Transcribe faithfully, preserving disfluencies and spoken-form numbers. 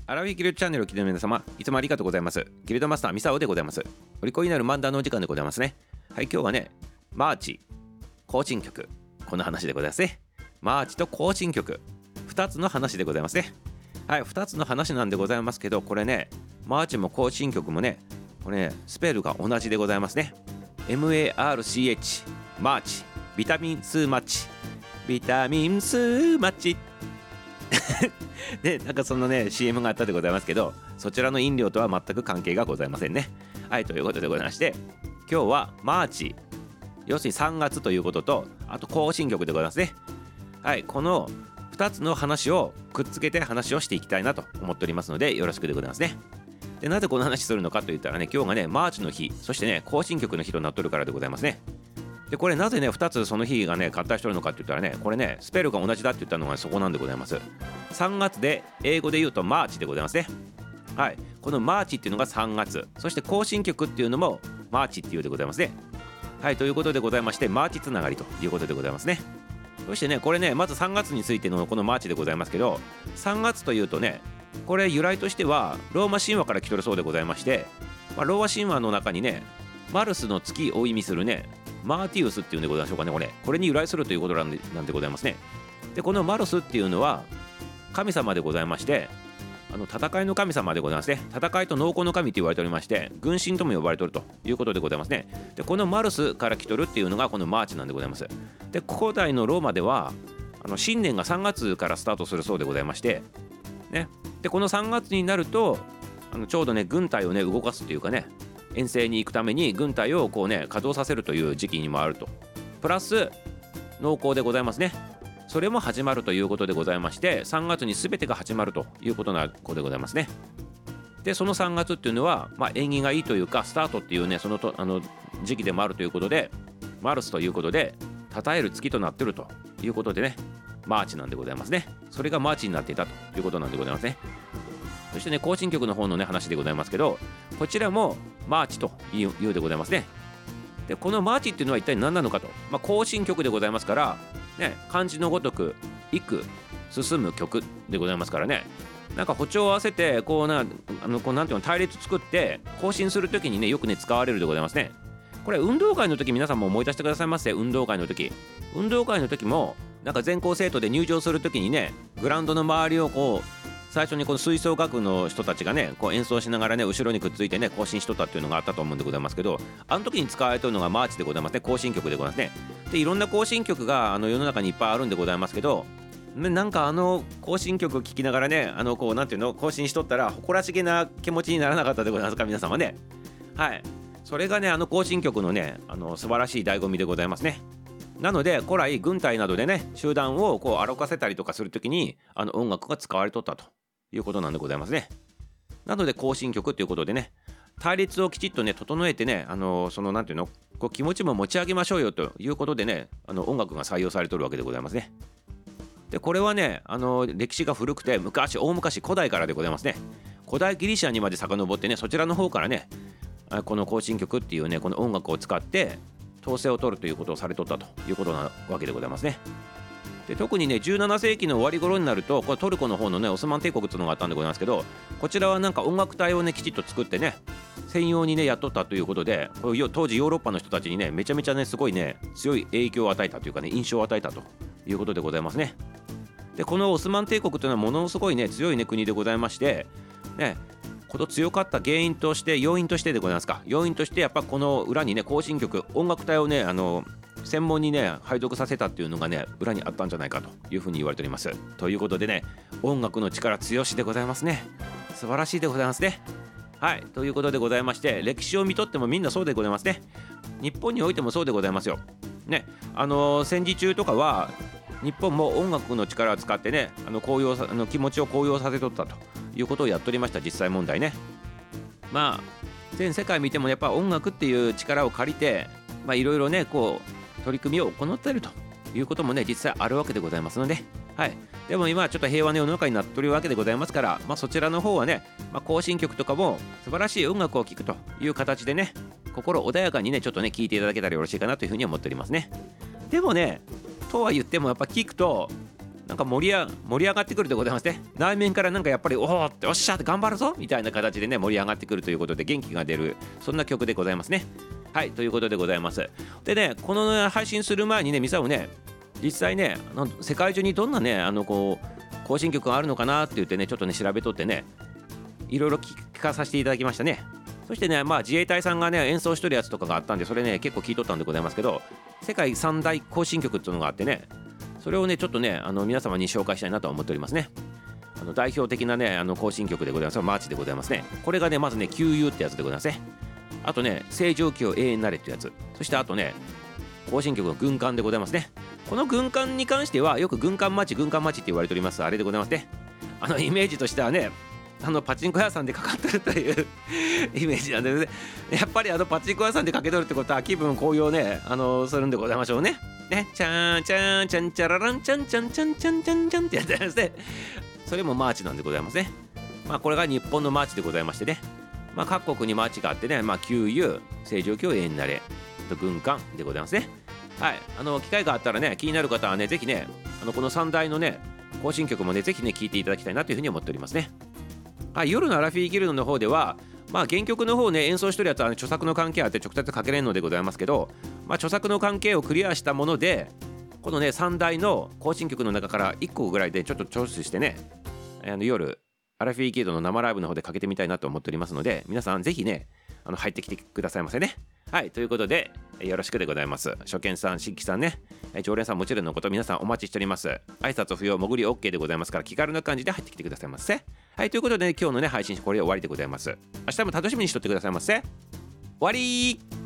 アラフィギルドチャンネルを聞いての皆様、いつもありがとうございます。ギルドマスターミサオでございます。お利口になる漫談のお時間でございますね。はい、今日はね、マーチ、行進曲、この話でございますね。マーチと行進曲、ふたつの話でございますね。はい、ふたつの話なんでございますけど、これね、マーチも行進曲もね、これね、スペルが同じでございますね。エムエーアールシーエイチ、マーチ、ビタミンスーマッチ、ビタミンスーマッチ。ね、なんかそのね シーエム があったでございますけど、そちらの飲料とは全く関係がございませんね。はい、ということでございまして、今日はマーチ、要するにさんがつということと、あと行進曲でございますね。はい、このふたつの話をくっつけて話をしていきたいなと思っておりますので、よろしくでございますね。で、なぜこの話するのかといったらね、今日がねマーチの日、そしてね行進曲の日となっとるからでございますね。で、これなぜねふたつその日がね合体してるのかって言ったらね、これねスペルが同じだって言ったのがそこなんでございます。さんがつで英語で言うとマーチでございますね。はい、このマーチっていうのがさんがつ、そして行進曲っていうのもマーチっていうでございますね。はい、ということでございまして、マーチつながりということでございますね。そしてね、これねまずさんがつについてのこのマーチでございますけど、さんがつというとね、これ由来としてはローマ神話から来とるそうでございまして、まあ、ローマ神話の中にねマルスの月を意味するねマーティウスっていうんでございましょうかね。これこれに由来するということなんで、なんでございますね。で、このマルスっていうのは神様でございまして、あの戦いの神様でございますね。戦いと農耕の神と言われておりまして、軍神とも呼ばれておるということでございますね。で、このマルスから来とるっていうのがこのマーチなんでございます。で、古代のローマではあの新年がさんがつからスタートするそうでございましてね。で、このさんがつになるとあのちょうどね軍隊をね動かすっていうかね、遠征に行くために軍隊をこうね稼働させるという時期にもあると、プラス農耕でございますね。それも始まるということでございまして、さんがつに全てが始まるということなことでございますね。で、そのさんがつっていうのは、まあ、縁起がいいというかスタートっていうねそのとあの時期でもあるということで、マルスということで称える月となっているということでね、マーチなんでございますね。それがマーチになっていたということなんでございますね。そしてね行進曲の方のね話でございますけど、こちらもマーチという、いうでございますね。で、このマーチっていうのは一体何なのかと、まあ、行進曲でございますからね、漢字のごとく行く進む曲でございますからね、なんか歩調を合わせてこうなあのこうなんていうの隊列作って行進するときにねよくね使われるでございますね。これ運動会の時皆さんも思い出してくださいませ。運動会の時運動会の時もなんか全校生徒で入場するときにね、グラウンドの周りをこう最初にこの吹奏楽の人たちがねこう演奏しながらね後ろにくっついてね行進しとったっていうのがあったと思うんでございますけど、あの時に使われてるのがマーチでございますね。行進曲でございますね。で、いろんな行進曲があの世の中にいっぱいあるんでございますけど、なんかあの行進曲を聴きながらね、あのこうなんていうの行進しとったら誇らしげな気持ちにならなかったでございますか皆様ね。はい、それがねあの行進曲のねあの素晴らしい醍醐味でございますね。なので古来軍隊などでね集団をこう歩かせたりとかするときにあの音楽が使われとったということなんでございますね。なので行進曲ということでね、隊列をきちっとね整えてね、あのそのなんていうのこう気持ちも持ち上げましょうよということでね、あの音楽が採用されておるわけでございますね。で、これはねあの歴史が古くて昔大昔古代からでございますね。古代ギリシャにまで遡ってね、そちらの方からねこの行進曲っていうねこの音楽を使って統制を取るということをされとったということなわけでございますね。で、特にねじゅうななせいきの終わり頃になるとこれトルコの方のねオスマン帝国っていうのがあったんでございますけど、こちらはなんか音楽隊をねきちっと作ってね専用にねやっとったということで、これ当時ヨーロッパの人たちにねめちゃめちゃねすごいね強い影響を与えたというかね印象を与えたということでございますね。で、このオスマン帝国というのはものすごいね強いね国でございましてね、この強かった原因として要因としてでございますか要因としてやっぱこの裏にね行進曲音楽隊をねあの専門にね配属させたっていうのがね裏にあったんじゃないかというふうに言われております。ということでね、音楽の力強しでございますね。素晴らしいでございますね。はい、ということでございまして、歴史を見とってもみんなそうでございますね。日本においてもそうでございますよね。あの戦時中とかは日本も音楽の力を使ってねあの高揚さあの気持ちを高揚させとったということをやっておりました。実際問題ね、まあ全世界見てもやっぱ音楽っていう力を借りてまあいろいろねこう取り組みを行っているということもね実際あるわけでございますので、はい、でも今はちょっと平和な世の中になっているわけでございますから、まあ、そちらの方はね、まあ、行進曲とかも素晴らしい音楽を聴くという形でね心穏やかにねちょっとね聴いていただけたらよろしいかなというふうに思っておりますね。でもねとは言ってもやっぱ聴くとなんか盛りあ盛り上がってくるでございますね。内面からなんかやっぱりおおっておっしゃって頑張るぞみたいな形でね盛り上がってくるということで元気が出るそんな曲でございますね。はいということでございます。でねこの、ね、配信する前にねミサオね実際ねなん世界中にどんなねあのこう更新曲があるのかなって言ってねちょっとね調べとってねいろいろ聞かさせていただきましたね。そしてねまあ自衛隊さんがね演奏してるやつとかがあったんでそれね結構聞いとったんでございますけど世界三大更新曲っていうのがあってねそれをねちょっとねあの皆様に紹介したいなと思っておりますね。あの代表的なねあの更新曲でございますマーチでございますね。これがねまずね給油ってやつでございますね。あとね正常期を永遠なれってやつそしてあとね更新曲の軍艦でございますね。この軍艦に関してはよく軍艦マーチ軍艦マーチって言われておりますあれでございますね。あのイメージとしてはねあのパチンコ屋さんでかかってるというイメージなんですね。やっぱりあのパチンコ屋さんでかけ取るってことは気分高揚ねあのするんでございましょうね。ねチャンチャンチャンチャラランチャンチャンチャンチャンチャンチャンってやってますね。それもマーチなんでございますね。まあこれが日本のマーチでございましてね。まあ各国にマーチがあってねまあ給油正常期を永遠なれと軍艦でございますね。はいあの機会があったらね気になる方はねぜひねあのこのさんだいのね更新曲もねぜひね聴いていただきたいなというふうに思っておりますね。はい、夜のアラフィーギルドの方では、まあ、原曲の方ね演奏してるやつは、ね、著作の関係あって直接かけれるのでございますけど、まあ、著作の関係をクリアしたものでこのねさんだいの更新曲の中からいっこぐらいでちょっとチョイスしてねあの夜アラフィーギルドの生ライブの方でかけてみたいなと思っておりますので皆さんぜひねあの入ってきてくださいませね。はいということでよろしくでございます。初見さん新規さんね常連さんもちろんのこと皆さんお待ちしております。挨拶不要潜り OK でございますから気軽な感じで入ってきてくださいませ。はいということで、ね、今日のね配信これで終わりでございます。明日も楽しみにしとってくださいませ。終わりー。